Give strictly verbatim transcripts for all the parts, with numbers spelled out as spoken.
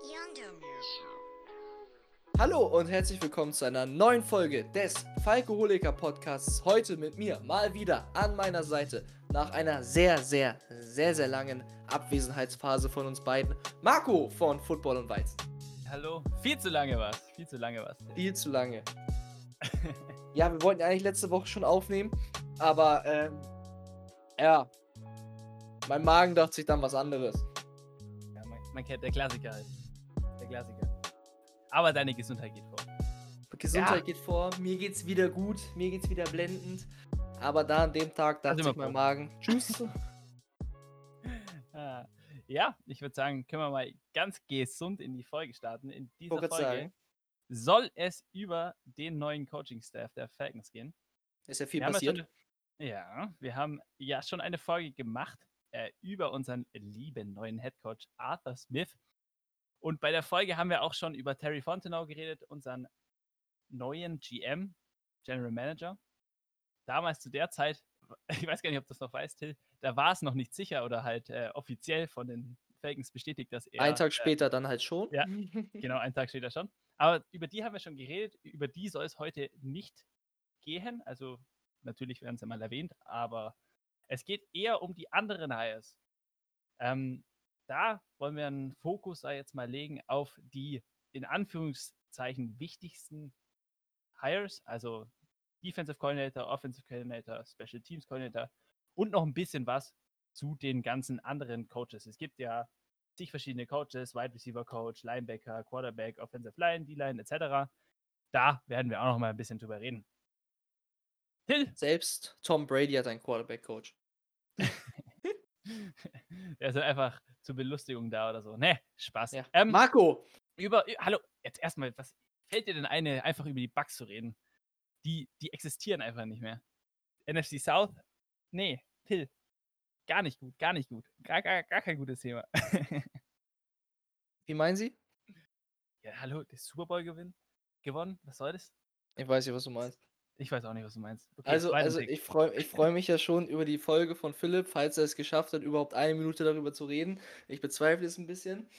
Hallo und herzlich willkommen zu einer neuen Folge des Falkoholiker Podcasts. Heute mit mir mal wieder an meiner Seite nach einer sehr, sehr, sehr, sehr langen Abwesenheitsphase von uns beiden. Marco von Football und Weizen. Hallo, viel zu lange was, viel zu lange was. Viel zu lange. Ja, wir wollten eigentlich letzte Woche schon aufnehmen, aber ähm, ja, mein Magen dachte sich dann was anderes. Ja, man, man kennt der Klassiker halt. Der Klassiker. Aber deine Gesundheit geht vor. Gesundheit Ja. geht vor, mir geht's wieder gut, mir geht's wieder blendend. Aber da an dem Tag dachte sich mein Magen, tschüss. ah, ja, ich würde sagen, können wir mal ganz gesund in die Folge starten. In dieser Wollte Folge sagen. soll es über den neuen Coaching-Staff der Falcons gehen. Ist ja viel Wir passiert. Ja, schon, ja, wir haben ja schon eine Folge gemacht äh, über unseren lieben neuen Headcoach Arthur Smith. Und bei der Folge haben wir auch schon über Terry Fontenot geredet, unseren neuen G M, General Manager. Damals zu der Zeit, ich weiß gar nicht, ob du das noch weißt, Till, da war es noch nicht sicher oder halt äh, offiziell von den Falcons bestätigt, dass er... Einen Tag später äh, dann halt schon. Ja, genau, einen Tag später schon. Aber über die haben wir schon geredet, über die soll es heute nicht gehen. Also natürlich werden sie mal erwähnt, aber es geht eher um die anderen Hires. Ähm, da wollen wir einen Fokus da jetzt mal legen auf die in Anführungszeichen wichtigsten Hires, also Defensive Coordinator, Offensive Coordinator, Special Teams Coordinator und noch ein bisschen was zu den ganzen anderen Coaches. Es gibt ja zig verschiedene Coaches, Wide Receiver Coach, Linebacker, Quarterback, Offensive Line, D-Line et cetera. Da werden wir auch noch mal ein bisschen drüber reden. Till! Selbst Tom Brady hat einen Quarterback-Coach. Der ist einfach zur Belustigung da oder so. Ne, Spaß. Ja. Ähm, Marco! Über, hallo, jetzt erstmal, was fällt dir denn ein, einfach über die Bugs zu reden? Die, die existieren einfach nicht mehr. N F C South? Nee, Till. Gar nicht gut, gar nicht gut. Gar, gar, gar kein gutes Thema. Wie meinen Sie? Ja, hallo, der Super Bowl gewinn, gewonnen? Was soll das? Ich weiß nicht, was du meinst. Ich weiß auch nicht, was du meinst. Okay, also, also ich freue ich freu mich ja schon über die Folge von Philipp, falls er es geschafft hat, überhaupt eine Minute darüber zu reden. Ich bezweifle es ein bisschen.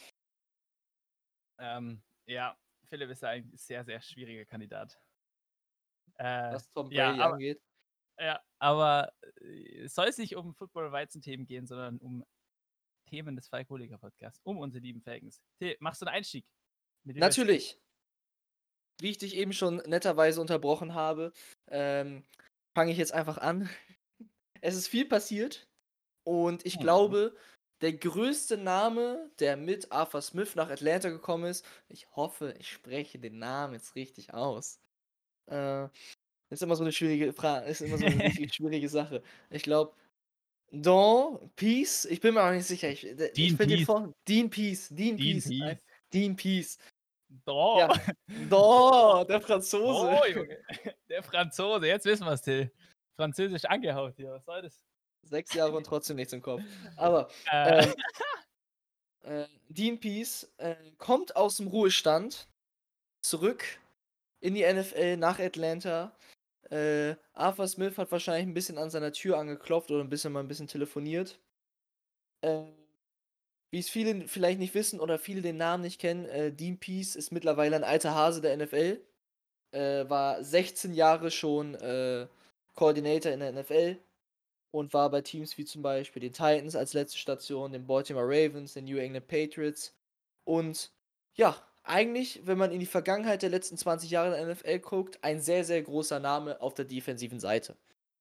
Ähm, ja, Philipp ist ein sehr, sehr schwieriger Kandidat. Äh, was Tom Brady ja, aber, angeht. Ja, aber es soll es nicht um Football-Weizen-Themen gehen, sondern um Themen des Falkoholiker-Podcasts, um unsere lieben Falcons. Till, machst du einen Einstieg? Natürlich. Wie ich dich eben schon netterweise unterbrochen habe, ähm, fange ich jetzt einfach an. Es ist viel passiert und ich Mhm. glaube, der größte Name, der mit Arthur Smith nach Atlanta gekommen ist, ich hoffe, ich spreche den Namen jetzt richtig aus. Äh, ist immer so eine schwierige Frage, ist immer so eine richtig schwierige Sache. Ich glaube, Don Peace, ich bin mir auch nicht sicher. Ich, Dean ich finde den Pease. vor. Dean Peace, Dean, Dean Peace. Pease. Dean Peace. Doch. Ja. Doch, der Franzose. Oh, Junge. Der Franzose, jetzt wissen wir es, Till. Französisch angehaut hier, was soll das? Sechs Jahre und trotzdem nichts im Kopf. Aber äh. Ähm, äh, Dean Peace äh, kommt aus dem Ruhestand zurück in die N F L nach Atlanta. Äh, Arthur Smith hat wahrscheinlich ein bisschen an seiner Tür angeklopft oder ein bisschen mal ein bisschen telefoniert. Äh, wie es viele vielleicht nicht wissen oder viele den Namen nicht kennen, äh, Dean Peace ist mittlerweile ein alter Hase der N F L. Äh, war sechzehn Jahre schon äh, Coordinator in der N F L und war bei Teams wie zum Beispiel den Titans als letzte Station, den Baltimore Ravens, den New England Patriots und ja, eigentlich, wenn man in die Vergangenheit der letzten zwanzig Jahre der N F L guckt, ein sehr, sehr großer Name auf der defensiven Seite.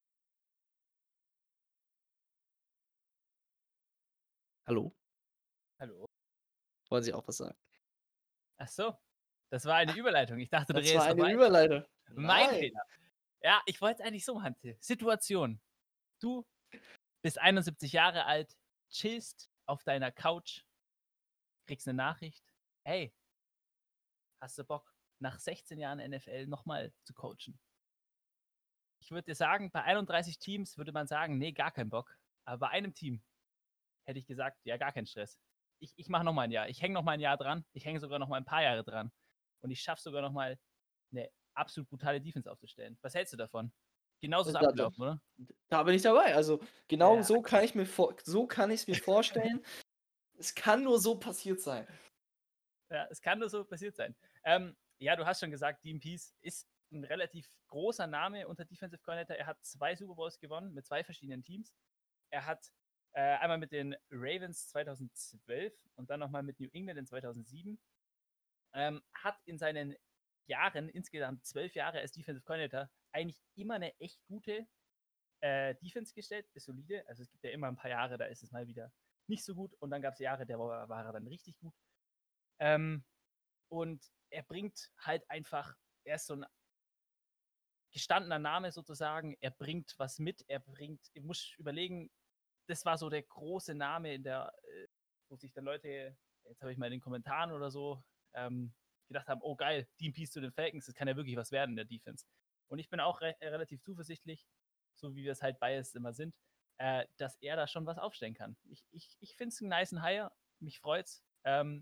Hallo? Hallo? Wollen Sie auch was sagen? Ach so, das war eine Überleitung. Ich dachte, du Das war redest eine noch Überleitung. Mein Nein. Fehler. Ja, ich wollte es eigentlich so machen, Till. Situation. Du bist einundsiebzig Jahre alt, chillst auf deiner Couch, kriegst eine Nachricht. Hey, hast du Bock, nach sechzehn Jahren N F L nochmal zu coachen? Ich würde dir sagen, bei einunddreißig Teams würde man sagen, nee, gar keinen Bock. Aber bei einem Team hätte ich gesagt, ja, gar keinen Stress. Ich, ich mache nochmal ein Jahr. Ich hänge nochmal ein Jahr dran. Ich hänge sogar nochmal ein paar Jahre dran. Und ich schaffe sogar nochmal eine absolut brutale Defense aufzustellen. Was hältst du davon? Genauso ist es abgelaufen, oder? Da bin ich dabei. Also genau ja. so kann ich mir vor, so kann ich es mir vorstellen. Es kann nur so passiert sein. Ja, es kann nur so passiert sein. Ähm, ja, du hast schon gesagt, Dean Pease ist ein relativ großer Name unter Defensive Coordinator. Er hat zwei Super Bowls gewonnen mit zwei verschiedenen Teams. Er hat äh, einmal mit den Ravens zweitausendzwölf und dann nochmal mit New England in zweitausendsieben. Ähm, hat in seinen Jahren, insgesamt zwölf Jahre als Defensive Coordinator, eigentlich immer eine echt gute äh, Defense gestellt, ist solide. Also es gibt ja immer ein paar Jahre, da ist es mal wieder nicht so gut und dann gab es Jahre, da war, war er dann richtig gut. Ähm, und er bringt halt einfach, er ist so ein gestandener Name sozusagen, er bringt was mit, er bringt, ich muss überlegen, das war so der große Name in der, äh, wo sich dann Leute, jetzt habe ich mal in den Kommentaren oder so, ähm, gedacht haben, oh geil, Dean Pease zu den Falcons, das kann ja wirklich was werden in der Defense. Und ich bin auch re relativ zuversichtlich, so wie wir es halt biased immer sind, äh, dass er da schon was aufstellen kann. Ich, ich, ich finde es einen nicen Hire, mich freut's. Ähm,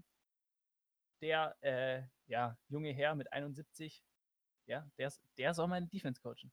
der äh, ja, junge Herr mit einundsiebzig, ja, der, der soll meine Defense coachen.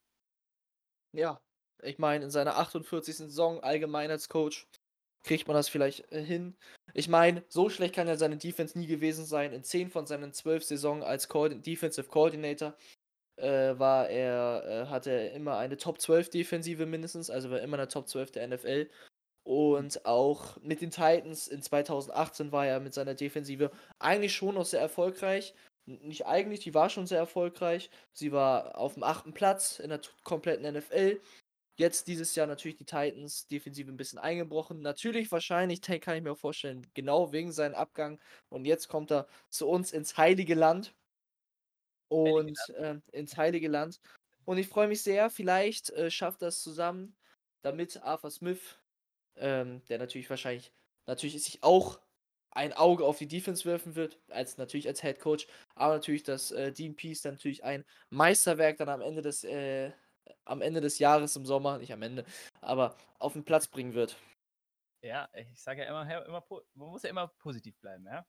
Ja, ich meine, in seiner achtundvierzigsten Saison allgemein als Coach kriegt man das vielleicht äh, hin. Ich meine, so schlecht kann ja seine Defense nie gewesen sein. In zehn von seinen zwölf Saisonen als Co Defensive Coordinator äh, war er, äh, hatte er immer eine Top zwölf Defensive mindestens, also war immer in der Top zwölf der N F L. Und auch mit den Titans in zweitausendachtzehn war er mit seiner Defensive eigentlich schon noch sehr erfolgreich. N- Nicht eigentlich, die war schon sehr erfolgreich. Sie war auf dem achten Platz in der t- kompletten N F L. Jetzt dieses Jahr natürlich die Titans Defensive ein bisschen eingebrochen. Natürlich wahrscheinlich, te- kann ich mir auch vorstellen, genau wegen seinem Abgang. Und jetzt kommt er zu uns ins Heilige Land Heilige und äh, ins Heilige Land. Und ich freue mich sehr, vielleicht äh, schafft er es zusammen, damit Arthur Smith, ähm, der natürlich wahrscheinlich, natürlich sich auch ein Auge auf die Defense werfen wird, als natürlich als Head Coach, aber natürlich, dass äh, Dean Pease dann natürlich ein Meisterwerk dann am Ende des, äh, am Ende des Jahres im Sommer, nicht am Ende, aber auf den Platz bringen wird. Ja, ich sage ja immer, immer, man muss ja immer positiv bleiben, ja.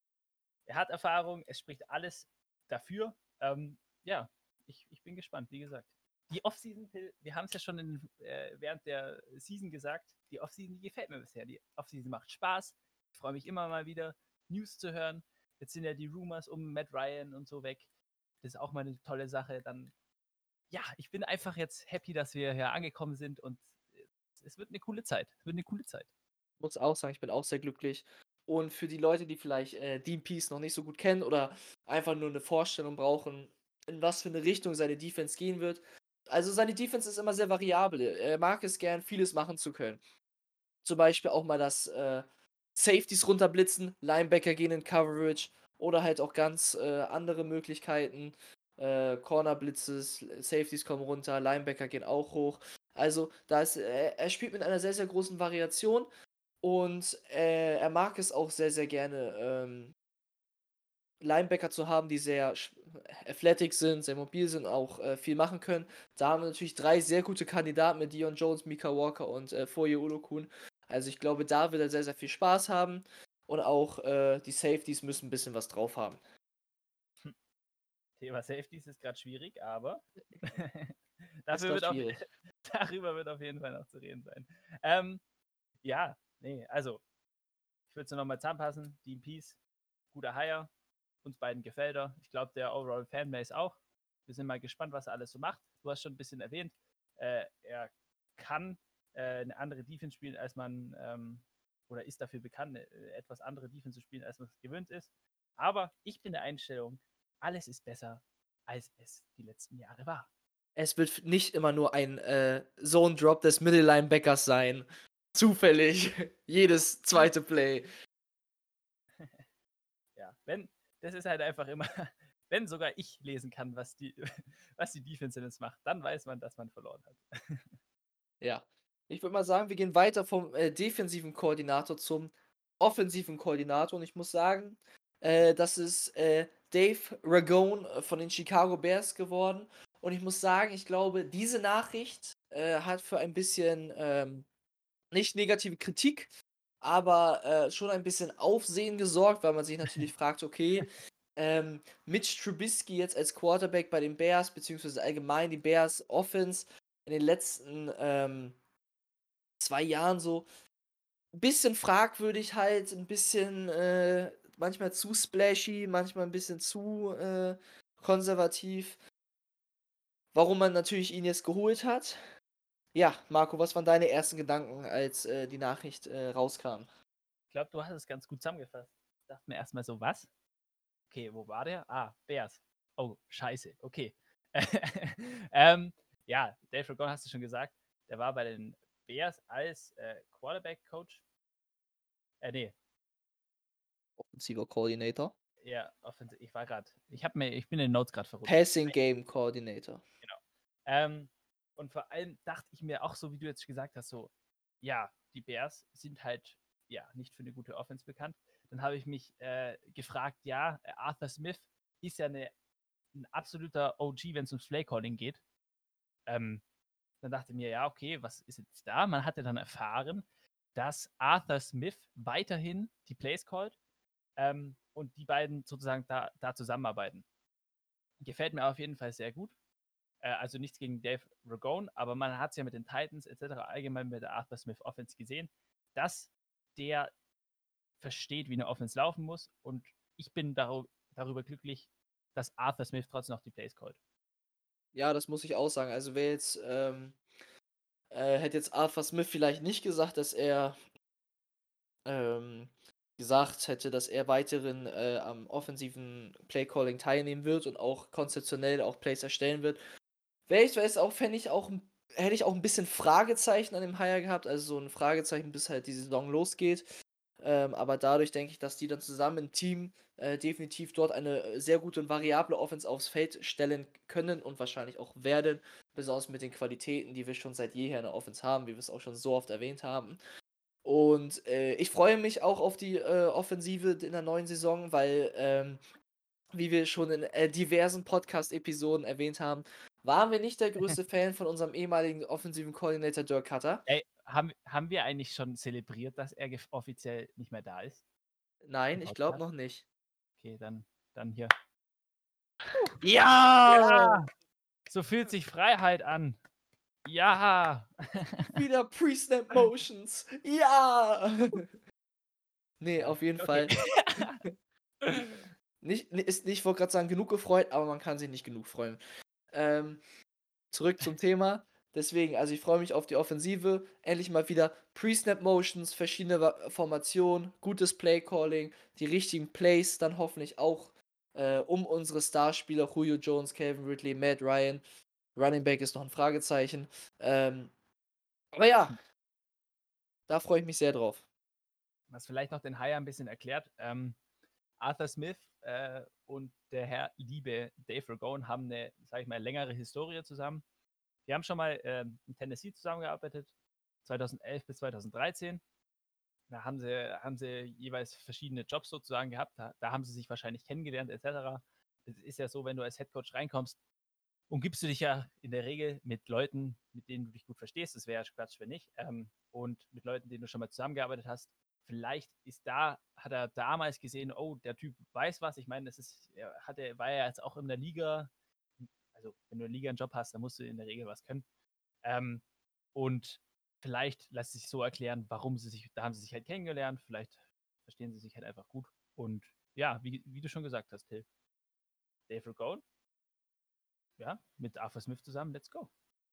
Er hat Erfahrung, es spricht alles dafür. Ähm, ja, ich, ich bin gespannt, wie gesagt. Die Offseason, wir haben es ja schon in, äh, während der Season gesagt, die Offseason, die gefällt mir bisher. Die Offseason macht Spaß. Ich freue mich immer mal wieder, News zu hören. Jetzt sind ja die Rumors um Matt Ryan und so weg. Das ist auch mal eine tolle Sache. Dann, ja, ich bin einfach jetzt happy, dass wir hier angekommen sind und es wird eine coole Zeit. Es wird eine coole Zeit. Muss auch sagen, ich bin auch sehr glücklich. Und für die Leute, die vielleicht äh, Dean Pease noch nicht so gut kennen oder einfach nur eine Vorstellung brauchen, in was für eine Richtung seine Defense gehen wird. Also seine Defense ist immer sehr variabel. Er mag es gern, vieles machen zu können. Zum Beispiel auch mal das äh, Safeties runterblitzen, Linebacker gehen in Coverage oder halt auch ganz äh, andere Möglichkeiten. Äh, Corner Blitzes, Safeties kommen runter, Linebacker gehen auch hoch. Also da ist, äh, er spielt mit einer sehr, sehr großen Variation und äh, er mag es auch sehr, sehr gerne, ähm, Linebacker zu haben, die sehr sch- athletic sind, sehr mobil sind, auch äh, viel machen können. Da haben wir natürlich drei sehr gute Kandidaten mit Dion Jones, Mika Walker und äh, Foye Oluokun. Also ich glaube, da wird er sehr, sehr viel Spaß haben. Und auch äh, die Safeties müssen ein bisschen was drauf haben. Thema Safeties ist gerade schwierig, aber Ist dafür gerade wird auf, schwierig. darüber wird auf jeden Fall noch zu reden sein. Ähm, ja, nee, also, ich würde es nochmal zusammenpassen. Dean Pease, guter Hire. Uns beiden gefällt er. Ich glaube, der Overall Fanbase auch. Wir sind mal gespannt, was er alles so macht. Du hast schon ein bisschen erwähnt, äh, er kann äh, eine andere Defense spielen, als man, ähm, oder ist dafür bekannt, eine äh, etwas andere Defense zu spielen, als man es gewöhnt ist. Aber ich bin der Einstellung, alles ist besser, als es die letzten Jahre war. Es wird nicht immer nur ein äh, Zone-Drop des Middle-Linebackers sein. Zufällig. Jedes zweite Play. Ja, wenn, das ist halt einfach immer, wenn sogar ich lesen kann, was die, was die Defense jetzt macht, dann weiß man, dass man verloren hat. Ja. Ich würde mal sagen, wir gehen weiter vom äh, defensiven Koordinator zum offensiven Koordinator. Und ich muss sagen, äh, das ist äh, Dave Ragone äh, von den Chicago Bears geworden. Und ich muss sagen, ich glaube, diese Nachricht äh, hat für ein bisschen ähm, nicht negative Kritik, aber äh, schon ein bisschen Aufsehen gesorgt, weil man sich natürlich fragt, okay, ähm, Mitch Trubisky jetzt als Quarterback bei den Bears, beziehungsweise allgemein die Bears Offense in den letzten ähm, zwei Jahren so ein bisschen fragwürdig halt, ein bisschen äh, manchmal zu splashy, manchmal ein bisschen zu äh, konservativ. Warum man natürlich ihn jetzt geholt hat. Ja, Marco, was waren deine ersten Gedanken, als äh, die Nachricht äh, rauskam? Ich glaube, du hast es ganz gut zusammengefasst. Ich dachte mir erstmal so, was? Okay, wo war der? Ah, Bears. Oh, scheiße. Okay. ähm, ja, Dave Ragone hast du schon gesagt. Der war bei den Bears als äh, Quarterback-Coach. Äh, nee, Offensiver Coordinator. ja, offensiv. Ich war gerade, ich habe mir, ich bin in den Notes gerade verrutscht. Passing Game Coordinator. Genau. Ähm, und vor allem dachte ich mir auch so, wie du jetzt gesagt hast, so, ja, die Bears sind halt, ja, nicht für eine gute Offense bekannt. Dann habe ich mich äh, gefragt, ja, Arthur Smith ist ja eine, ein absoluter O G, wenn es ums Play-Calling geht. Ähm, dann dachte ich mir, ja, okay, was ist jetzt da? Man hatte dann erfahren, dass Arthur Smith weiterhin die Plays callt ähm, und die beiden sozusagen da, da zusammenarbeiten. Gefällt mir auf jeden Fall sehr gut. Äh, also nichts gegen Dave Ragone, aber man hat es ja mit den Titans et cetera allgemein mit der Arthur Smith Offense gesehen, dass der versteht, wie eine Offense laufen muss und ich bin dar darüber glücklich, dass Arthur Smith trotzdem noch die Plays callt. Ja, das muss ich auch sagen. Also wer jetzt, ähm, äh, hätte jetzt Arthur Smith vielleicht nicht gesagt, dass er ähm, gesagt hätte, dass er weiterhin äh, am offensiven Playcalling teilnehmen wird und auch konzeptionell auch Plays erstellen wird. Wäre ich weiß auch, fände ich auch, ein- hätte ich auch ein bisschen Fragezeichen an dem Hire gehabt, also so ein Fragezeichen, bis halt die Saison losgeht. Ähm, aber dadurch denke ich, dass die dann zusammen im Team äh, definitiv dort eine äh, sehr gute und variable Offense aufs Feld stellen können und wahrscheinlich auch werden, besonders mit den Qualitäten, die wir schon seit jeher in der Offense haben, wie wir es auch schon so oft erwähnt haben. Und äh, ich freue mich auch auf die äh, Offensive in der neuen Saison, weil, ähm, wie wir schon in äh, diversen Podcast-Episoden erwähnt haben, waren wir nicht der größte Fan von unserem ehemaligen offensiven Koordinator Dirk Cutter. Ey, haben, haben wir eigentlich schon zelebriert, dass er offiziell nicht mehr da ist Nein, im ich glaube Podcast? noch nicht. Okay, dann, dann hier. Ja! Ja, so fühlt sich Freiheit an. Ja. Wieder Pre-Snap Motions. Ja! Nee, Ja, auf jeden okay. Fall. Nicht, ist, ich wollte gerade sagen, genug gefreut, aber man kann sich nicht genug freuen. Ähm, zurück zum Thema. Deswegen, also ich freue mich auf die Offensive. Endlich mal wieder Pre-Snap Motions, verschiedene Va- Formationen, gutes Play-Calling, die richtigen Plays dann hoffentlich auch äh, um unsere Starspieler Julio Jones, Calvin Ridley, Matt Ryan. Running Back ist noch ein Fragezeichen. Ähm, aber ja, da freue ich mich sehr drauf. Was vielleicht noch den Hire ein bisschen erklärt. Ähm, Arthur Smith äh, und der Herr liebe Dave Ragone haben eine, sag ich mal, längere Historie zusammen. Wir haben schon mal ähm, in Tennessee zusammengearbeitet, zweitausendelf bis zweitausenddreizehn. Da haben sie, haben sie jeweils verschiedene Jobs sozusagen gehabt. Da, da haben sie sich wahrscheinlich kennengelernt, et cetera. Es ist ja so, wenn du als Headcoach reinkommst, umgibst du dich ja in der Regel mit Leuten, mit denen du dich gut verstehst. Das wäre ja Quatsch, wenn nicht. Ähm, und mit Leuten, denen du schon mal zusammengearbeitet hast. Vielleicht ist da, hat er damals gesehen, oh, der Typ weiß was. Ich meine, das ist, er hatte, war ja jetzt auch in der Liga. Also, wenn du in der Liga einen Job hast, dann musst du in der Regel was können. Ähm, und vielleicht lässt sich so erklären, warum sie sich, da haben sie sich halt kennengelernt. Vielleicht verstehen sie sich halt einfach gut. Und ja, wie, wie du schon gesagt hast, Till, Dave Ragone, ja, mit Arthur Smith zusammen, let's go.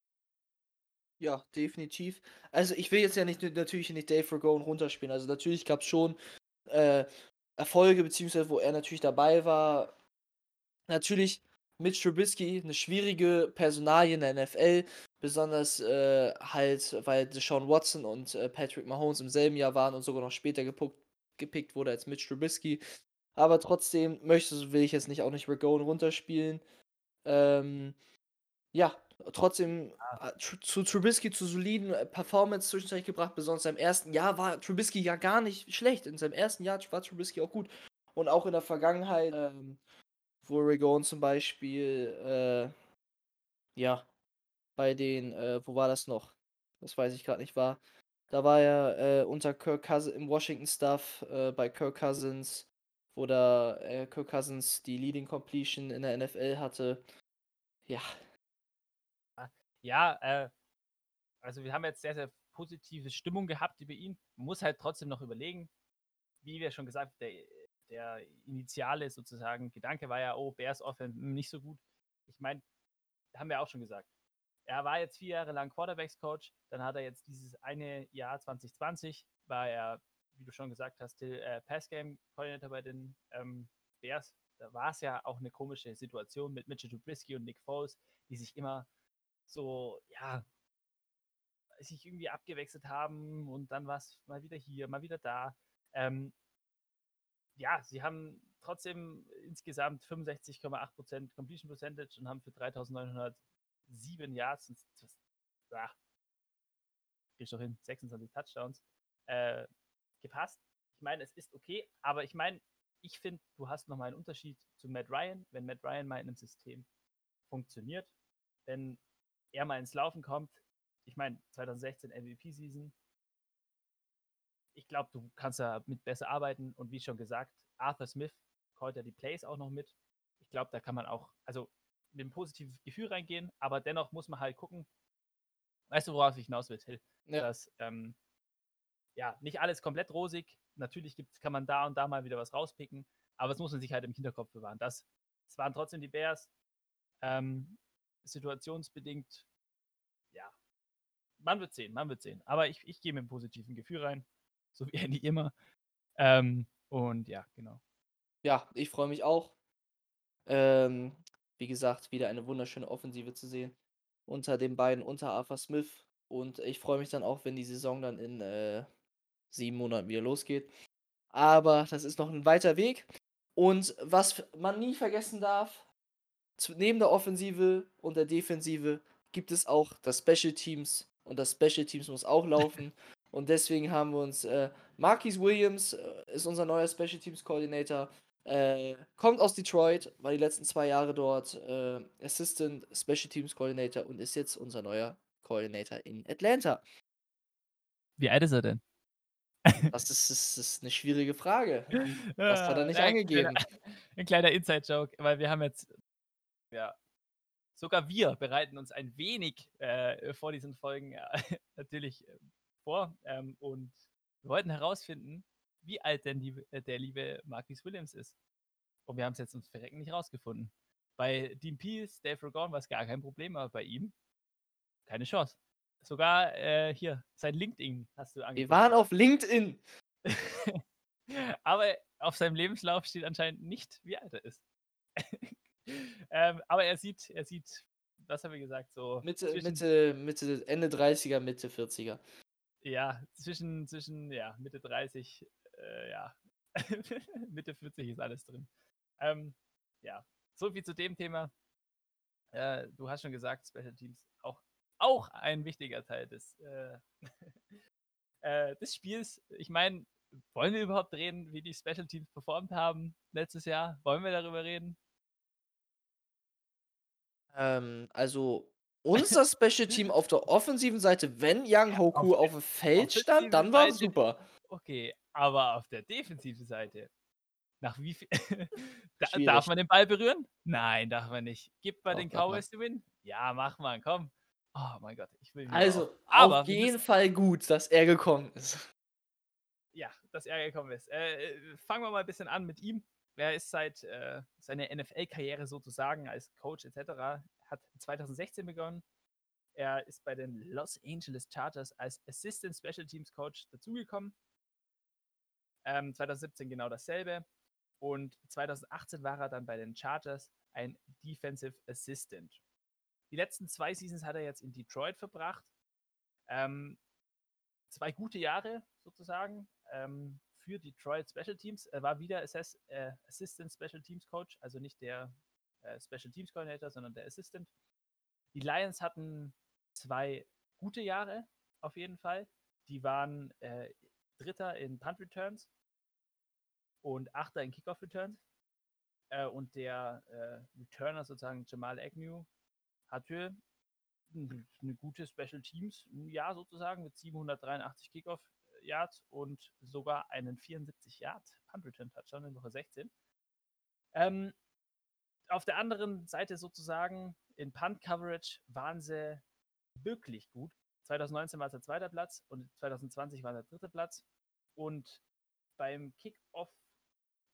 Ja, definitiv. Also ich will jetzt ja nicht natürlich nicht Dave Ragone runterspielen. Also natürlich gab es schon äh, Erfolge, beziehungsweise wo er natürlich dabei war. Natürlich Mitch Trubisky, eine schwierige Personalie in der N F L, besonders äh, halt, weil Deshaun Watson und äh, Patrick Mahomes im selben Jahr waren und sogar noch später gepuckt, gepickt wurde als Mitch Trubisky. Aber trotzdem möchte, will ich jetzt nicht auch nicht Ragone runterspielen. Ähm, ja, trotzdem Ah, äh, Tr- zu Trubisky zu soliden äh, Performance zwischenzeitlich gebracht. Besonders im ersten Jahr war Trubisky ja gar nicht schlecht. In seinem ersten Jahr war Trubisky auch gut. Und auch in der Vergangenheit, ähm, wo Ragone zum Beispiel, äh, ja, bei den, äh, wo war das noch? Das weiß ich gerade nicht, war. Da war er äh, unter Kirk Cousins im Washington Stuff äh, bei Kirk Cousins, wo da äh, Kirk Cousins die Leading Completion in der N F L hatte. Ja, ja, äh, also wir haben jetzt sehr, sehr positive Stimmung gehabt über ihn. Man muss halt trotzdem noch überlegen, wie wir schon gesagt haben, der der initiale sozusagen Gedanke war ja, oh, Bears Offense nicht so gut. Ich meine, haben wir auch schon gesagt. Er war jetzt vier Jahre lang Quarterbacks-Coach, dann hat er jetzt dieses eine Jahr zwanzig zwanzig, war er, wie du schon gesagt hast, äh, Pass-Game-Coordinator bei den ähm, Bears. Da war es ja auch eine komische Situation mit Mitchell Trubisky und Nick Foles, die sich immer so, ja, sich irgendwie abgewechselt haben und dann war es mal wieder hier, mal wieder da. Ähm, ja, sie haben trotzdem insgesamt fünfundsechzig Komma acht Prozent Completion Percentage und haben für dreitausendneunhundertsieben Yards, das, das, ah, krieg ich doch hin, sechsundzwanzig Touchdowns, äh, gepasst. Ich meine, es ist okay, aber ich meine, ich finde, du hast nochmal einen Unterschied zu Matt Ryan, wenn Matt Ryan mal in einem System funktioniert, wenn er mal ins Laufen kommt. Ich meine, zwanzig sechzehn M V P-Season. Ich glaube, du kannst damit besser arbeiten und wie schon gesagt, Arthur Smith callt ja die Plays auch noch mit. Ich glaube, da kann man auch, also mit einem positiven Gefühl reingehen, aber dennoch muss man halt gucken, weißt du, worauf ich hinaus will, Till? Ja. Dass, ähm, ja, nicht alles komplett rosig. Natürlich gibt's, kann man da und da mal wieder was rauspicken, aber das muss man sich halt im Hinterkopf bewahren. Das, das waren trotzdem die Bears. Ähm, situationsbedingt, ja, man wird sehen, man wird sehen. Aber ich, ich gehe mit einem positiven Gefühl rein, so wie Andy immer. Ähm, und ja, genau. Ja, ich freue mich auch. Ähm, wie gesagt, wieder eine wunderschöne Offensive zu sehen. Unter den beiden, unter Arthur Smith. Und ich freue mich dann auch, wenn die Saison dann in äh, sieben Monaten wieder losgeht. Aber das ist noch ein weiter Weg. Und was man nie vergessen darf, zu, neben der Offensive und der Defensive gibt es auch das Special Teams. Und das Special Teams muss auch laufen. Und deswegen haben wir uns, äh, Marquise Williams äh, ist unser neuer Special Teams Coordinator. Äh, kommt aus Detroit, war die letzten zwei Jahre dort äh, Assistant Special Teams Coordinator und ist jetzt unser neuer Coordinator in Atlanta. Wie alt ist er denn? Das ist, das ist eine schwierige Frage. Das hat er Ah, nicht ein angegeben. kleiner, ein kleiner Inside-Joke, weil wir haben jetzt, ja, sogar wir bereiten uns ein wenig äh, vor diesen Folgen äh, natürlich äh, vor ähm, und wir wollten herausfinden, wie alt denn die, äh, der liebe Marquise Williams ist. Und wir haben es jetzt uns verrecken nicht rausgefunden. Bei Dean Pease, Dave Ragone war es gar kein Problem, aber bei ihm keine Chance. Sogar äh, hier, sein LinkedIn hast du Wir angegeben. waren auf LinkedIn. Aber auf seinem Lebenslauf steht anscheinend nicht, wie alt er ist. ähm, aber er sieht, er sieht, was haben wir gesagt, so Mitte, zwischen, Mitte, Mitte, Ende dreißiger, Mitte vierziger. ja, zwischen, zwischen, ja, Mitte dreißig, äh, ja, Mitte vierzig ist alles drin. Ähm, ja, so viel zu dem Thema. Äh, du hast schon gesagt, Special Teams auch, auch ein wichtiger Teil des, äh, äh, des Spiels. Ich meine, wollen wir überhaupt reden, wie die Special Teams performt haben letztes Jahr? Wollen wir darüber reden? Ähm, also unser Special Team auf der offensiven Seite, wenn Young Ja, auf Hoku auf der dem Feld stand, offensiven dann war es Seite, super. okay, aber auf der defensiven Seite, nach wie viel da, darf Schwierig. man den Ball berühren? Nein, darf man nicht. Gibt man Doch, den darf man. Cowboys den Win? Ja, mach mal, komm. Oh mein Gott, ich will wieder auf. Also, auf Aber wir jeden müssen, Fall gut, dass er gekommen ist. ja, dass er gekommen ist. Äh, äh, fangen wir mal ein bisschen an mit ihm. Er ist seit äh, seiner N F L-Karriere sozusagen als Coach et cetera hat zwanzig sechzehn begonnen. Er ist bei den Los Angeles Chargers als Assistant Special Teams Coach dazugekommen. Ähm, zwanzig siebzehn genau dasselbe. Und zwanzig achtzehn war er dann bei den Chargers ein Defensive Assistant. Die letzten zwei Seasons hat er jetzt in Detroit verbracht. Ähm, zwei gute Jahre sozusagen ähm, für Detroit Special Teams. Er war wieder Assess äh, Assistant Special Teams Coach, also nicht der äh, Special Teams Coordinator, sondern der Assistant. Die Lions hatten zwei gute Jahre auf jeden Fall. Die waren äh, Dritter in Punt Returns und Achter in Kickoff Returns. Äh, und der äh, Returner sozusagen Jamal Agnew hatte eine gute Special Teams Jahr sozusagen mit siebenhundertdreiundachtzig Kickoff Yards und sogar einen vierundsiebzig Yard Punt Return Touchdown in Woche sechzehn. Ähm, auf der anderen Seite sozusagen in Punt Coverage waren sie wirklich gut. zwanzig neunzehn war es der zweite Platz und zwanzig zwanzig war der dritte Platz. Und beim Kickoff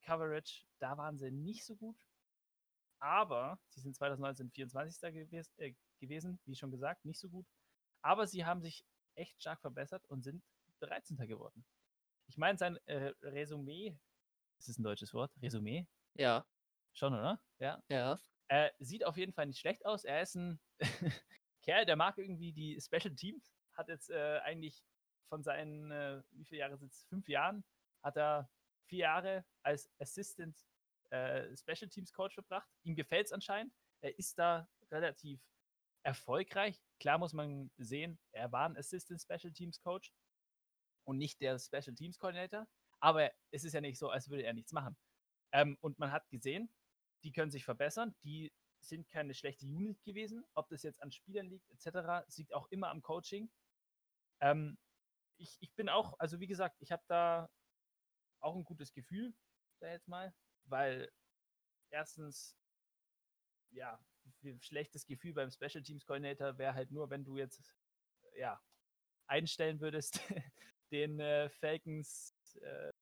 Coverage, da waren sie nicht so gut. Aber sie sind zwanzig neunzehn vierundzwanzigster gewes äh, gewesen, wie schon gesagt, nicht so gut. Aber sie haben sich echt stark verbessert und sind dreizehnter geworden. Ich meine, sein äh, Resümee, ist das ein deutsches Wort? Resümee? Ja, Schon, oder? Ja. ja. Äh, sieht auf jeden Fall nicht schlecht aus. Er ist ein Kerl, der mag irgendwie die Special Teams. Hat jetzt äh, eigentlich von seinen, äh, wie viele Jahre sind es? Fünf Jahren, hat er vier Jahre als Assistant äh, Special Teams Coach verbracht. Ihm gefällt es anscheinend. Er ist da relativ erfolgreich. Klar muss man sehen, er war ein Assistant Special Teams Coach und nicht der Special Teams Coordinator. Aber es ist ja nicht so, als würde er nichts machen. Ähm, und man hat gesehen, die können sich verbessern. Die sind keine schlechte Unit gewesen. Ob das jetzt an Spielern liegt, et cetera, es liegt auch immer am Coaching. Ähm, ich, ich bin auch, also wie gesagt, ich habe da auch ein gutes Gefühl, da jetzt mal, weil erstens, ja, ein schlechtes Gefühl beim Special Teams Coordinator wäre halt nur, wenn du jetzt, ja, einstellen würdest, den äh, Falcons äh,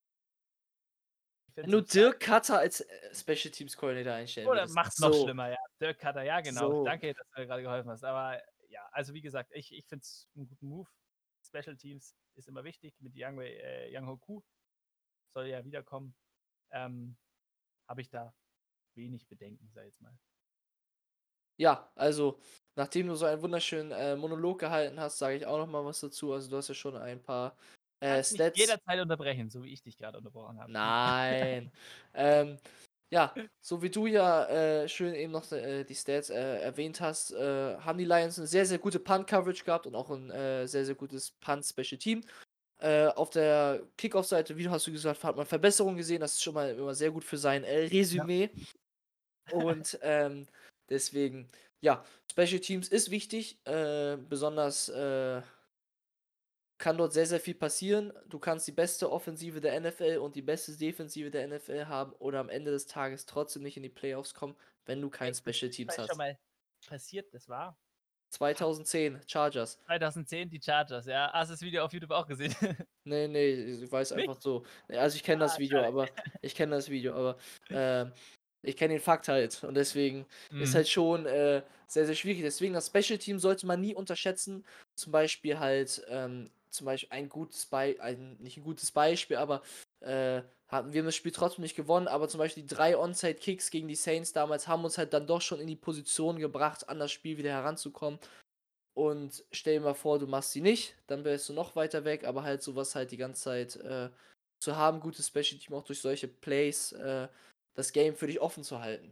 Wenn du Defensive Dirk Cutter als äh, Special Teams Coordinator einstellen Oder würdest. macht's noch So. schlimmer, ja. Dirk Cutter, ja, genau. So. Danke, dass du mir gerade geholfen hast. Aber ja, also wie gesagt, ich, ich finde es einen guten Move. Special Teams ist immer wichtig. Mit Young, äh, Young Hoku soll ja wiederkommen. Ähm, Habe ich da wenig Bedenken, sag ich jetzt mal. Ja, also, nachdem du so einen wunderschönen äh, Monolog gehalten hast, sage ich auch noch mal was dazu. Also, du hast ja schon ein paar äh, Kannst mich Stats. jederzeit unterbrechen, so wie ich dich gerade unterbrochen habe. Nein. ähm, ja, so wie du ja äh, schön eben noch äh, die Stats äh, erwähnt hast, äh, haben die Lions eine sehr, sehr gute Punt-Coverage gehabt und auch ein äh, sehr, sehr gutes Punt-Special-Team. Äh, auf der Kickoff-Seite, wie du hast du gesagt, hat man Verbesserungen gesehen. Das ist schon mal immer sehr gut für sein äh, Resümee. Und ähm, deswegen, ja, Special Teams ist wichtig. Äh, besonders äh, kann dort sehr, sehr viel passieren. Du kannst die beste Offensive der N F L und die beste Defensive der N F L haben oder am Ende des Tages trotzdem nicht in die Playoffs kommen, wenn du kein Ey, das Special ist Teams vielleicht hast. schon mal passiert, das war zweitausendzehn, Chargers. zwanzig zehn die Chargers, ja. Hast du das Video auf YouTube auch gesehen? Nee, nee, ich weiß Nicht? einfach so. Also ich kenne Ah, das Video, schade. aber ich kenne das Video, aber ähm, ich kenne den Fakt halt und deswegen ist Mhm. halt schon äh, sehr, sehr schwierig. Deswegen das Special Team sollte man nie unterschätzen. Zum Beispiel halt, ähm, zum Beispiel ein gutes Beispiel, ein, nicht ein gutes Beispiel, aber äh, hatten wir haben das Spiel trotzdem nicht gewonnen, aber zum Beispiel die drei Onside-Kicks gegen die Saints damals haben uns halt dann doch schon in die Position gebracht, an das Spiel wieder heranzukommen. Und stell dir mal vor, du machst sie nicht, dann wärst du noch weiter weg, aber halt sowas halt die ganze Zeit äh, zu haben, gutes Special Team auch durch solche Plays, äh, das Game für dich offen zu halten.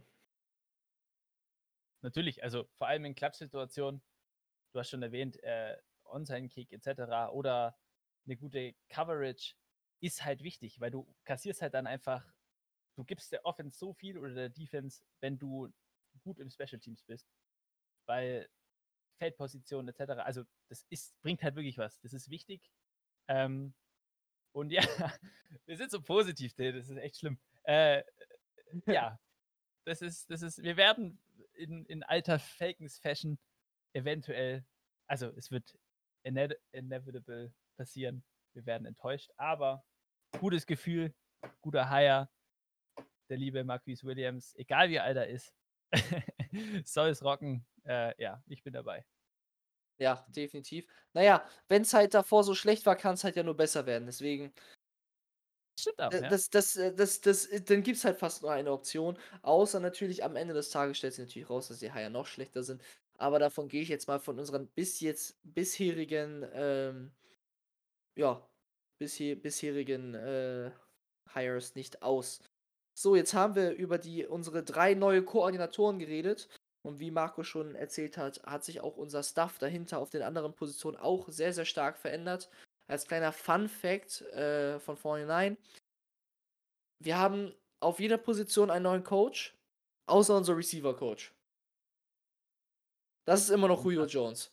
Natürlich, also vor allem in Klappsituationen, du hast schon erwähnt, äh, Onside-Kick et cetera oder eine gute Coverage ist halt wichtig, weil du kassierst halt dann einfach, du gibst der Offense so viel oder der Defense, wenn du gut im Special Teams bist, weil Feldposition et cetera, also das ist, bringt halt wirklich was, das ist wichtig. Ähm, und ja, wir sind so positiv, das ist echt schlimm. Äh, ja, das ist, das ist, wir werden in, in alter Falcons-Fashion eventuell, also es wird ine inevitable passieren, wir werden enttäuscht, aber gutes Gefühl, guter Hire, der liebe Marquise Williams, egal wie alt er ist, soll es rocken, äh, ja, ich bin dabei. Ja, definitiv. Naja, wenn es halt davor so schlecht war, kann es halt ja nur besser werden. Deswegen, Stimmt auch, äh, ja. das, das, äh, das, das, äh, dann gibt es halt fast nur eine Option. Außer natürlich am Ende des Tages stellt sich natürlich raus, dass die Haie noch schlechter sind. Aber davon gehe ich jetzt mal von unseren bis jetzt bisherigen, ähm, ja, bisher, bisherigen äh, Hires nicht aus. So, jetzt haben wir über die unsere drei neue Koordinatoren geredet. Und wie Marco schon erzählt hat, hat sich auch unser Staff dahinter auf den anderen Positionen auch sehr, sehr stark verändert. Als kleiner Fun-Fact äh, von neunundvierzig: Wir haben auf jeder Position einen neuen Coach, außer unser Receiver-Coach. Das ist immer noch Julio Jones.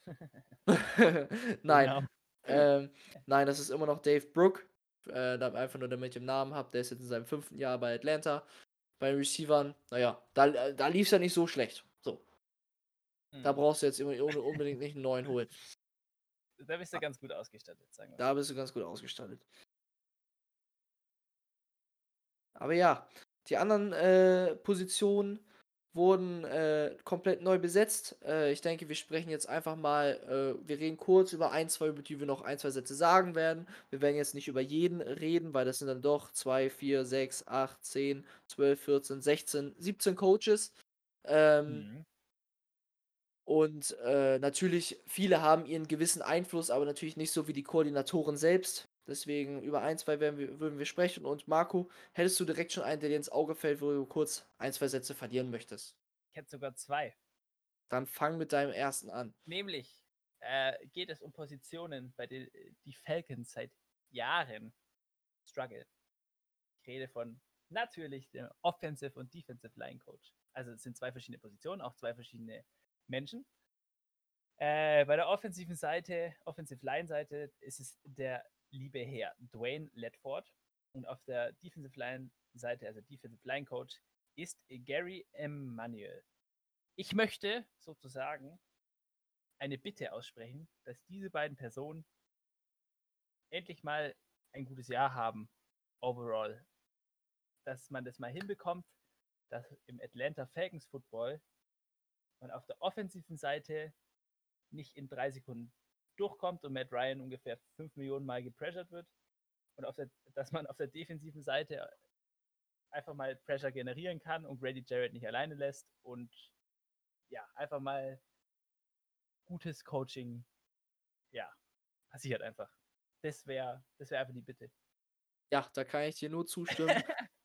Nein. Genau. Ähm, nein, das ist immer noch Dave Brook. Äh, da einfach nur, damit ich den Namen habe. Der ist jetzt in seinem fünften Jahr bei Atlanta. Bei Receivern, naja, da, da lief es ja nicht so schlecht. So. Da Hm. brauchst du jetzt immer unbedingt nicht einen neuen holen. Da bist du ganz gut ausgestattet, sagen wir Da so. bist du ganz gut ausgestattet. Aber ja, die anderen äh, Positionen wurden äh, komplett neu besetzt. Äh, ich denke, wir sprechen jetzt einfach mal, äh, wir reden kurz über ein, zwei, über die wir noch ein, zwei Sätze sagen werden. Wir werden jetzt nicht über jeden reden, weil das sind dann doch zwei, vier, sechs, acht, zehn, zwölf, vierzehn, sechzehn, siebzehn Coaches. Ähm, Mhm. und äh, natürlich, viele haben ihren gewissen Einfluss, aber natürlich nicht so wie die Koordinatoren selbst. Deswegen über ein, zwei werden wir, würden wir sprechen. Und Marco, hättest du direkt schon einen, der dir ins Auge fällt, wo du kurz ein, zwei Sätze verlieren möchtest? Ich hätte sogar zwei. Dann fang mit deinem ersten an. Nämlich äh, geht es um Positionen, bei denen die Falcons seit Jahren struggle. Ich rede von natürlich dem Offensive und Defensive Line Coach. Also es sind zwei verschiedene Positionen, auch zwei verschiedene Menschen. Äh, bei der offensiven Seite, Offensive Line Seite, ist es der liebe Herr Dwayne Ledford. Und auf der Defensive Line Seite, also Defensive Line Coach, ist Gary Emanuel. Ich möchte sozusagen eine Bitte aussprechen, dass diese beiden Personen endlich mal ein gutes Jahr haben, overall. Dass man das mal hinbekommt, dass im Atlanta Falcons Football man auf der offensiven Seite nicht in drei Sekunden durchkommt und Matt Ryan ungefähr fünf Millionen Mal gepressured wird und auf der, dass man auf der defensiven Seite einfach mal Pressure generieren kann und Grady Jarrett nicht alleine lässt und ja, einfach mal gutes Coaching, ja, passiert einfach. Das wäre das wär einfach die Bitte. Ja, da kann ich dir nur zustimmen.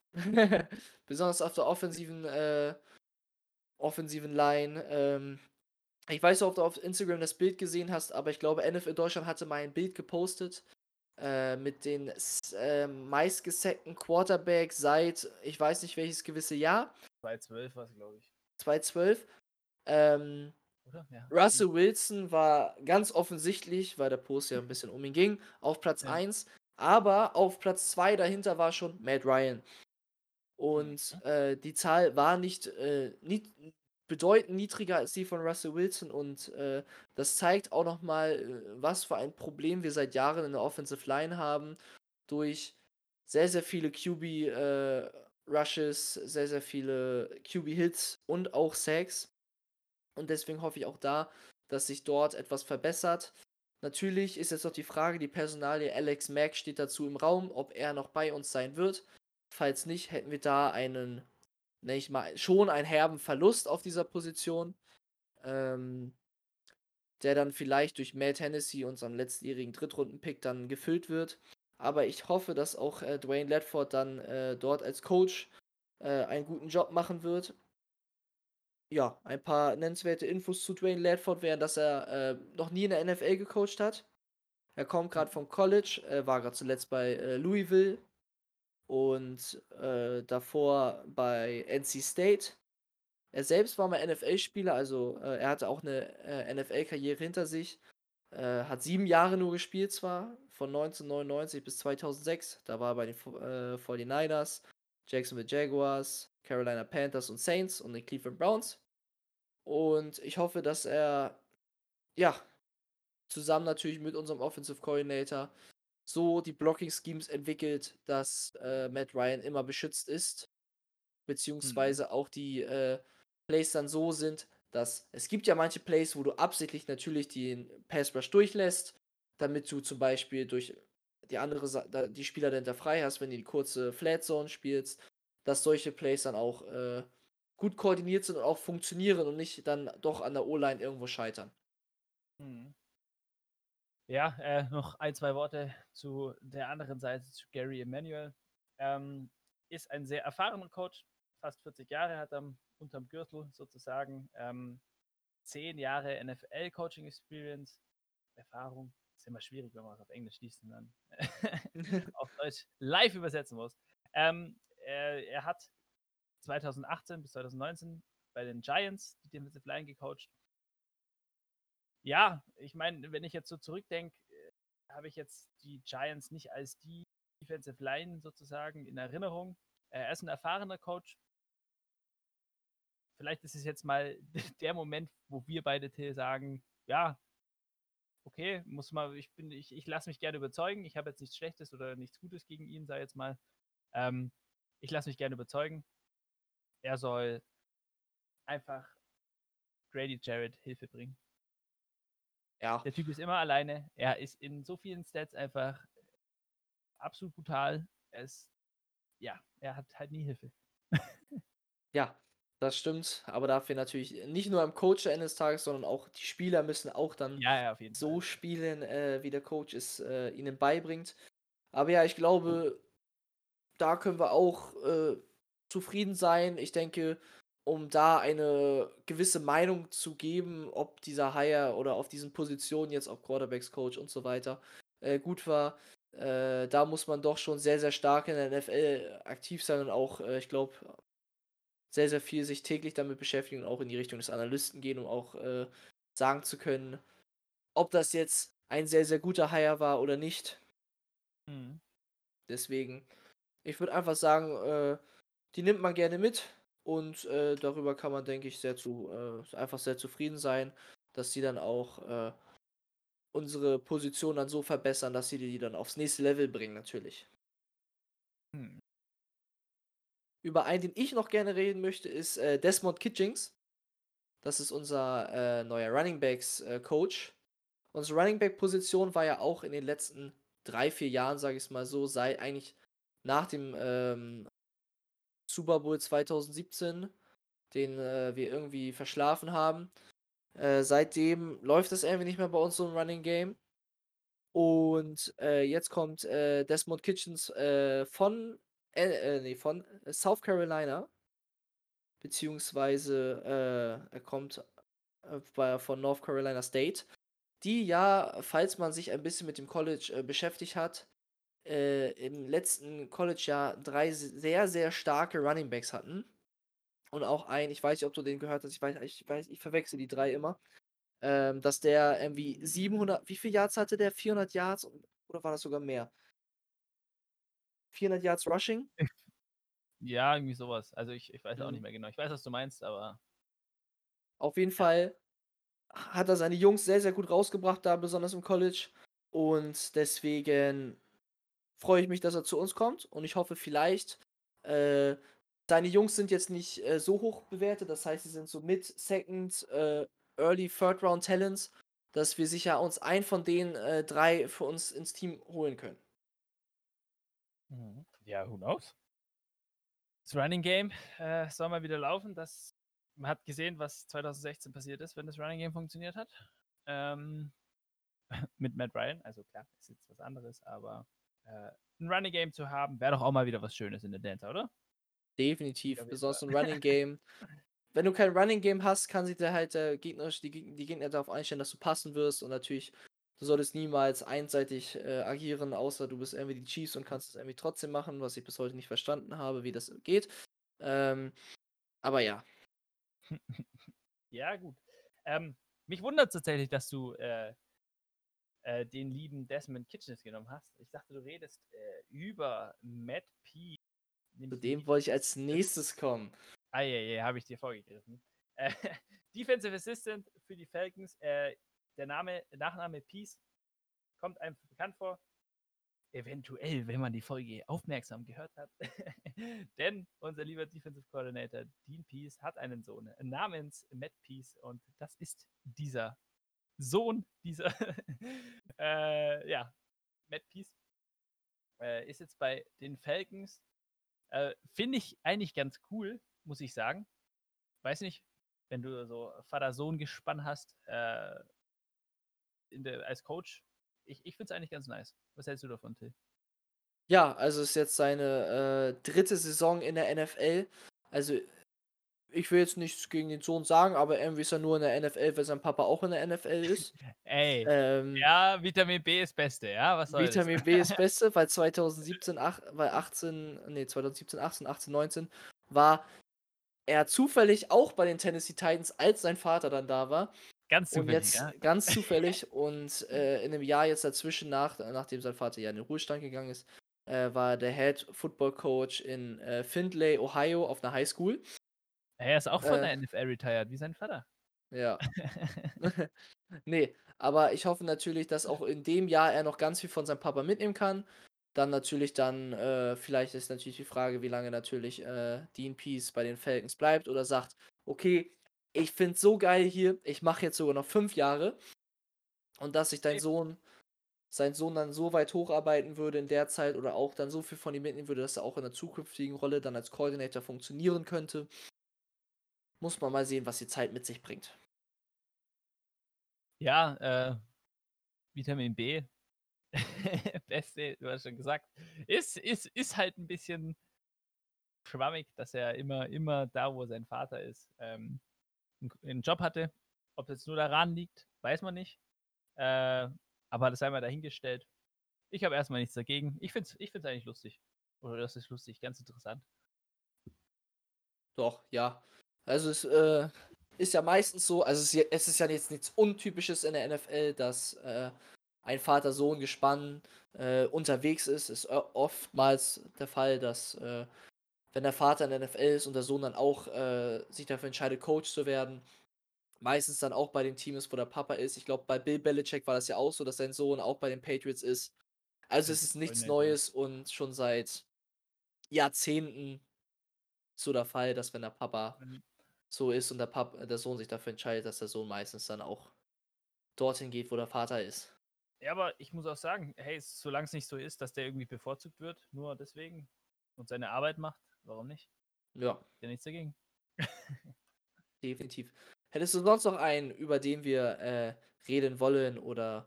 Besonders auf der offensiven, äh, offensiven Line. Ähm, ich weiß nicht, ob du auf Instagram das Bild gesehen hast, aber ich glaube, N F L Deutschland hatte mal ein Bild gepostet äh, mit den s- äh, meistgesackten Quarterbacks seit, ich weiß nicht welches gewisse Jahr, zweitausendzwölf war es, glaube ich. zwanzig zwölf. Ähm, Oder? Ja. Russell Wilson war ganz offensichtlich, weil der Post ja ein bisschen um ihn ging, auf Platz Ja. eins. Aber auf Platz zwei dahinter war schon Matt Ryan. Mhm. Und äh, die Zahl war nicht äh, nied bedeutend niedriger als die von Russell Wilson. Und äh, das zeigt auch nochmal, äh, was für ein Problem wir seit Jahren in der Offensive Line haben. Durch sehr, sehr viele Q B äh, Rushes, sehr, sehr viele Q B Hits und auch Sacks. Und deswegen hoffe ich auch da, dass sich dort etwas verbessert. Natürlich ist jetzt noch die Frage, die Personalie Alex Mack steht dazu im Raum, ob er noch bei uns sein wird. Falls nicht, hätten wir da einen, nenne ich mal, schon einen herben Verlust auf dieser Position, ähm, der dann vielleicht durch Matt Hennessy, unserem letztjährigen Drittrunden-Pick, dann gefüllt wird. Aber ich hoffe, dass auch äh, Dwayne Ledford dann äh, dort als Coach äh, einen guten Job machen wird. Ja, ein paar nennenswerte Infos zu Dwayne Ledford wären, dass er äh, noch nie in der N F L gecoacht hat. Er kommt gerade vom College, äh, war gerade zuletzt bei äh, Louisville und äh, davor bei N C State. Er selbst war mal N F L-Spieler, also äh, er hatte auch eine äh, N F L-Karriere hinter sich. Äh, hat sieben Jahre nur gespielt zwar, von neunzehnhundertneunundneunzig bis zweitausendsechs. Da war er bei den äh, forty-niners, Jacksonville Jaguars, Carolina Panthers und Saints und den Cleveland Browns. Und ich hoffe, dass er, ja, zusammen natürlich mit unserem Offensive Coordinator so die Blocking-Schemes entwickelt, dass äh, Matt Ryan immer beschützt ist, Mhm. beziehungsweise auch die äh, Plays dann so sind, dass es gibt ja manche Plays, wo du absichtlich natürlich den Pass Rush durchlässt, damit du zum Beispiel durch die andere Sa da- die Spieler dahinter frei hast, wenn du die kurze Flat Zone spielst, dass solche Plays dann auch äh, gut koordiniert sind und auch funktionieren und nicht dann doch an der O-Line irgendwo scheitern. Mhm. Ja, äh, noch ein, zwei Worte zu der anderen Seite, zu Gary Emanuel. Ähm, ist ein sehr erfahrener Coach, fast vierzig Jahre hat er unterm Gürtel sozusagen. Ähm, zehn Jahre N F L-Coaching-Experience. Erfahrung ist immer schwierig, wenn man es auf Englisch liest und dann auf Deutsch live übersetzen muss. Ähm, er, er hat zweitausendachtzehn bis zweitausendneunzehn bei den Giants die Defensive Line gecoacht. Ja, ich meine, wenn ich jetzt so zurückdenke, habe ich jetzt die Giants nicht als die Defensive Line sozusagen in Erinnerung. Er ist ein erfahrener Coach. Vielleicht ist es jetzt mal der Moment, wo wir beide Till sagen, ja, okay, muss mal, ich bin, ich, ich lasse mich gerne überzeugen. Ich habe jetzt nichts Schlechtes oder nichts Gutes gegen ihn, sei jetzt mal. Ähm, ich lasse mich gerne überzeugen. Er soll einfach Grady Jarrett Hilfe bringen. Ja. Der Typ ist immer alleine. Er ist in so vielen Stats einfach absolut brutal. Er ist, ja, er hat halt nie Hilfe. Ja, das stimmt. Aber dafür natürlich nicht nur am Coach am Ende des Tages, sondern auch die Spieler müssen auch dann Ja, ja, auf jeden so Fall. spielen, äh, wie der Coach es äh, ihnen beibringt. Aber ja, ich glaube, da können wir auch äh, zufrieden sein. Ich denke, um da eine gewisse Meinung zu geben, ob dieser Hire oder auf diesen Positionen jetzt auch Quarterbacks Coach und so weiter äh, gut war, äh, da muss man doch schon sehr, sehr stark in der N F L aktiv sein und auch, äh, ich glaube, sehr, sehr viel sich täglich damit beschäftigen und auch in die Richtung des Analysten gehen, um auch äh, sagen zu können, ob das jetzt ein sehr, sehr guter Hire war oder nicht. Mhm. Deswegen, ich würde einfach sagen, äh, die nimmt man gerne mit und äh, darüber kann man, denke ich, sehr zu, äh, einfach sehr zufrieden sein, dass die dann auch äh, unsere Position dann so verbessern, dass sie die dann aufs nächste Level bringen, natürlich. Hm. Über einen, den ich noch gerne reden möchte, ist äh, Desmond Kitchings. Das ist unser äh, neuer Running Backs äh, Coach. Unsere Running Back Position war ja auch in den letzten drei, vier Jahren, sage ich es mal so, sei eigentlich nach dem ähm, Super Bowl zwanzig siebzehn, den äh, wir irgendwie verschlafen haben. Äh, seitdem läuft es irgendwie nicht mehr bei uns so im Running Game. Und äh, jetzt kommt äh, Desmond Kitchens äh, von, äh, äh, nee, von South Carolina. Beziehungsweise äh, er kommt äh, bei, von North Carolina State. Die ja, falls man sich ein bisschen mit dem College äh, beschäftigt hat, äh, im letzten College-Jahr drei sehr, sehr starke Running Backs hatten. Und auch ein, ich weiß nicht, ob du den gehört hast, ich weiß, ich weiß, ich verwechsel die drei immer, ähm, dass der irgendwie siebenhundert, wie viel Yards hatte der? vierhundert Yards oder war das sogar mehr? vierhundert Yards Rushing? Ja, irgendwie sowas. Also ich, ich weiß auch nicht Mhm. mehr genau. Ich weiß, was du meinst, aber Auf jeden ja. Fall hat er seine Jungs sehr, sehr gut rausgebracht, da besonders im College. Und deswegen freue ich mich, dass er zu uns kommt. Und ich hoffe vielleicht, äh, seine Jungs sind jetzt nicht äh, so hoch bewertet. Das heißt, sie sind so Mid, Second, äh, Early, Third Round Talents, dass wir sicher uns einen von den äh, drei für uns ins Team holen können. Mhm. Ja, who knows? Das Running Game äh, soll mal wieder laufen. Das, man hat gesehen, was zwanzig sechzehn passiert ist, wenn das Running Game funktioniert hat. Ähm, mit Matt Ryan. Also klar, ist jetzt was anderes, aber äh, ein Running Game zu haben, wäre doch auch mal wieder was Schönes in der Delta, oder? Definitiv, Auf jeden Fall. besonders ein Running Game. Wenn du kein Running Game hast, kann sich der halt der Gegner, die, Geg- die Gegner darauf einstellen, dass du passen wirst. Und natürlich, du solltest niemals einseitig äh, agieren, außer du bist irgendwie die Chiefs und kannst es irgendwie trotzdem machen, was ich bis heute nicht verstanden habe, wie das geht. Ähm, aber ja, Ja, gut. Ähm, mich wundert tatsächlich, dass du äh, äh, den lieben Desmond Kitchens genommen hast. Ich dachte, du redest äh, über Matt P. zu Nämlich den dem wollte ich Defensive als Assistant. nächstes kommen. Ah, ja, ja, habe ich dir vorgegriffen. Äh, Defensive Assistant für die Falcons. Äh, der Name, Nachname Peace kommt einem bekannt vor. Eventuell, wenn man die Folge aufmerksam gehört hat. Denn unser lieber Defensive Coordinator Dean Peace hat einen Sohn namens Matt Peace und das ist dieser Sohn dieser äh, ja, Matt Peace äh, ist jetzt bei den Falcons. Äh, Finde ich eigentlich ganz cool, muss ich sagen. Weiß nicht, wenn du so Vater-Sohn-Gespann hast äh, in der, als Coach. Ich, ich finde es eigentlich ganz nice. Was hältst du davon, Till? Ja, also ist jetzt seine äh, dritte Saison in der N F L. Also ich will jetzt nichts gegen den Sohn sagen, aber irgendwie ist er nur in der N F L, weil sein Papa auch in der N F L ist. Ey, Ähm, ja, Vitamin B ist Beste, ja, was soll's. Vitamin B ist Beste, weil zwanzig siebzehn, ach, weil achtzehn, nee, zwanzig siebzehn, achtzehn, achtzehn, neunzehn war er zufällig auch bei den Tennessee Titans, als sein Vater dann da war. Ganz Und zufällig, ja. jetzt ganz zufällig und äh, in einem Jahr jetzt dazwischen, nach, nachdem sein Vater ja in den Ruhestand gegangen ist, äh, war der Head Football Coach in äh, Findlay, Ohio, auf einer Highschool. Er ist auch von Äh, der N F L retired, wie sein Vater. ja. Nee, aber ich hoffe natürlich, dass auch in dem Jahr er noch ganz viel von seinem Papa mitnehmen kann. Dann natürlich dann, äh, vielleicht ist natürlich die Frage, wie lange natürlich äh, Dean Pease bei den Falcons bleibt oder sagt, okay, ich finde es so geil hier, ich mache jetzt sogar noch fünf Jahre und dass sich dein Sohn, sein Sohn dann so weit hocharbeiten würde in der Zeit oder auch dann so viel von ihm mitnehmen würde, dass er auch in der zukünftigen Rolle dann als Coordinator funktionieren könnte. Muss man mal sehen, was die Zeit mit sich bringt. Ja, äh, Vitamin B, Beste, du hast schon gesagt, ist, ist, ist halt ein bisschen schwammig, dass er immer, immer da, wo sein Vater ist, ähm, einen, einen Job hatte. Ob es jetzt nur daran liegt, weiß man nicht. Äh, aber das sei mal dahingestellt. Ich habe erstmal nichts dagegen. Ich finde es ich find's eigentlich lustig. Oder das ist lustig, ganz interessant. Doch, ja. Also es äh, ist ja meistens so, also es ist ja, es ist ja jetzt nichts Untypisches in der N F L, dass äh, ein Vater-Sohn-Gespann äh, unterwegs ist. Ist o- oftmals der Fall, dass äh, wenn der Vater in der N F L ist und der Sohn dann auch äh, sich dafür entscheidet, Coach zu werden, meistens dann auch bei dem Team ist, wo der Papa ist. Ich glaube, bei Bill Belichick war das ja auch so, dass sein Sohn auch bei den Patriots ist. Also es ist nichts Coordinator. Neues und schon seit Jahrzehnten so der Fall, dass wenn der Papa Mhm. so ist und der Pap der Sohn sich dafür entscheidet, dass der Sohn meistens dann auch dorthin geht, wo der Vater ist. Ja, aber ich muss auch sagen, hey, solange es nicht so ist, dass der irgendwie bevorzugt wird, nur deswegen und seine Arbeit macht, warum nicht? Ja, Ja, nichts dagegen. definitiv. Hättest du sonst noch einen, über den wir äh, reden wollen oder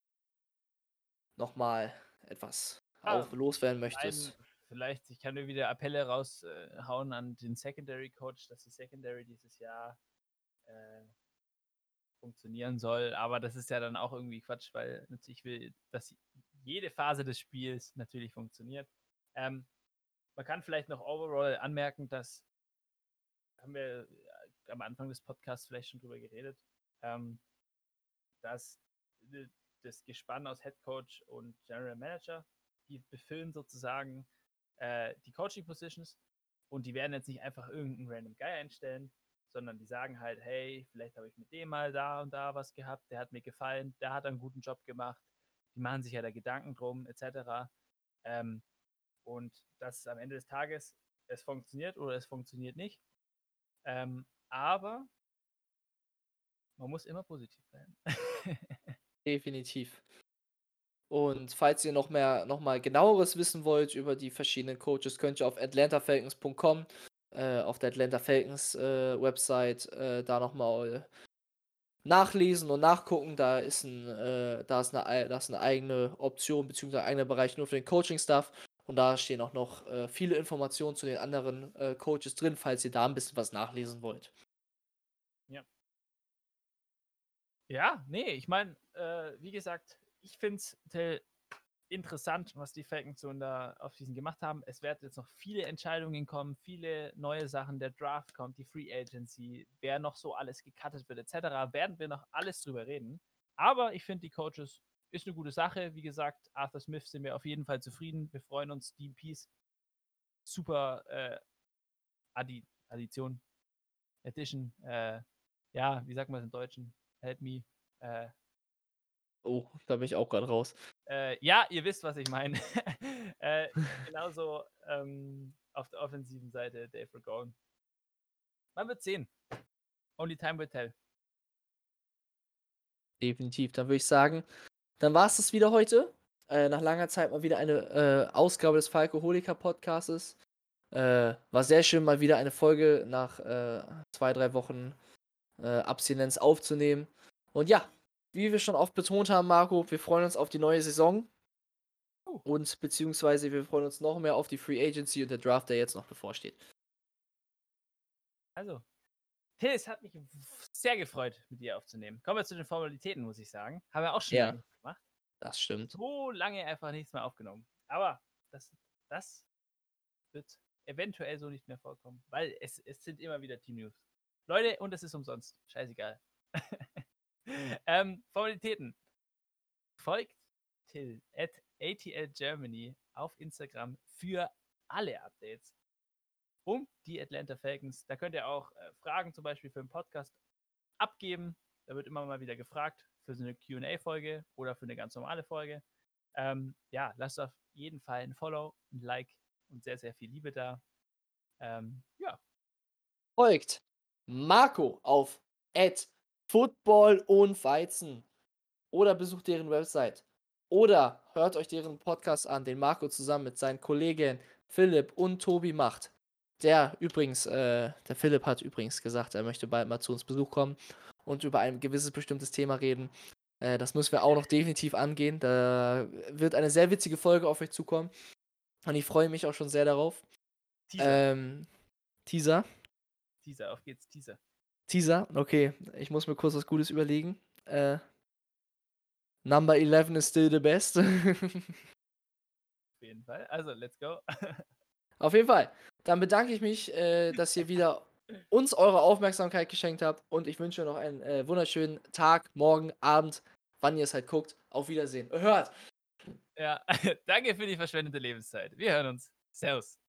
nochmal etwas Ah, auf loswerden ein, möchtest? vielleicht, ich kann nur wieder Appelle raushauen äh, an den Secondary Coach, dass die Secondary dieses Jahr äh, funktionieren soll. Aber das ist ja dann auch irgendwie Quatsch, weil natürlich will, dass jede Phase des Spiels natürlich funktioniert. Ähm, man kann vielleicht noch overall anmerken, dass haben wir äh, am Anfang des Podcasts vielleicht schon drüber geredet, ähm, dass äh, das Gespann aus Head Coach und General Manager, die befüllen sozusagen äh, die Coaching Positions und die werden jetzt nicht einfach irgendeinen random Guy einstellen, sondern die sagen halt, hey, vielleicht habe ich mit dem mal da und da was gehabt, der hat mir gefallen, der hat einen guten Job gemacht, die machen sich ja da Gedanken drum, et cetera. Ähm, und dass am Ende des Tages es funktioniert oder es funktioniert nicht. Ähm, aber man muss immer positiv bleiben. Definitiv. Und falls ihr noch mehr, noch mal genaueres wissen wollt über die verschiedenen Coaches, könnt ihr auf atlanta falcons punkt com, äh, auf der Atlanta Falcons äh, Website, äh, da nochmal nachlesen und nachgucken. Da ist, ein, äh, da ist, eine, ei- da ist eine eigene Option bzw. ein eigener Bereich nur für den Coaching-Staff. Und da stehen auch noch äh, viele Informationen zu den anderen äh, Coaches drin, falls ihr da ein bisschen was nachlesen wollt. Ja. Ja, nee, ich meine, äh, wie gesagt, ich finde es interessant, was die Falcons so da auf diesen gemacht haben. Es werden jetzt noch viele Entscheidungen kommen, viele neue Sachen. Der Draft kommt, die Free Agency, wer noch so alles gecuttet wird, et cetera. Werden wir noch alles drüber reden. Aber ich finde, die Coaches ist eine gute Sache. Wie gesagt, Arthur Smith sind wir auf jeden Fall zufrieden. Wir freuen uns. Dean Pease, super äh, Addi Addition, Addition. Äh, ja, wie sagt man es im Deutschen? Help me. Äh, Oh, da bin ich auch gerade raus. Äh, ja, ihr wisst, was ich meine. äh, genauso ähm, auf der offensiven Seite Dave Ragone. Man wird sehen. Only time will tell. Definitiv. Dann würde ich sagen, dann war es das wieder heute. Äh, nach langer Zeit mal wieder eine äh, Ausgabe des Falkoholiker-Podcastes. Äh, war sehr schön, mal wieder eine Folge nach äh, zwei, drei Wochen äh, Abstinenz aufzunehmen. Und ja, wie wir schon oft betont haben, Marco, wir freuen uns auf die neue Saison. Uh. Und beziehungsweise wir freuen uns noch mehr auf die Free Agency und der Draft, der jetzt noch bevorsteht. Also, Till, es hat mich sehr gefreut, mit dir aufzunehmen. Kommen wir zu den Formalitäten, muss ich sagen. Haben wir auch schon Ja, lange nicht gemacht. das stimmt. So lange einfach nichts mehr aufgenommen. Aber das, das wird eventuell so nicht mehr vorkommen, weil es, es sind immer wieder Team-News. Leute, und es ist umsonst. Scheißegal. ähm, Formalitäten. Folgt Till at A T L Germany auf Instagram für alle Updates um die Atlanta Falcons. Da könnt ihr auch äh, Fragen zum Beispiel für den Podcast abgeben. Da wird immer mal wieder gefragt für so eine Q und A-Folge oder für eine ganz normale Folge. Ähm, ja, lasst auf jeden Fall ein Follow, ein Like und sehr, sehr viel Liebe da. Ähm, ja. Folgt Marco auf at Football und Weizen oder besucht deren Website oder hört euch deren Podcast an, den Marco zusammen mit seinen Kollegen Philipp und Tobi macht. Der übrigens, äh, der Philipp hat übrigens gesagt, er möchte bald mal zu uns Besuch kommen und über ein gewisses bestimmtes Thema reden. Äh, das müssen wir auch noch definitiv angehen. Da wird eine sehr witzige Folge auf euch zukommen. Und ich freue mich auch schon sehr darauf. Teaser. Ähm, Teaser. Teaser, auf geht's, Teaser. Teaser, okay. Ich muss mir kurz was Gutes überlegen. Äh, Number elf is still the best. Auf jeden Fall. Also, let's go. Auf jeden Fall. Dann bedanke ich mich, äh, dass ihr wieder uns eure Aufmerksamkeit geschenkt habt und ich wünsche noch einen äh, wunderschönen Tag, Morgen, Abend, wann ihr es halt guckt. Auf Wiedersehen. Hört! Ja, danke für die verschwendete Lebenszeit. Wir hören uns. Servus.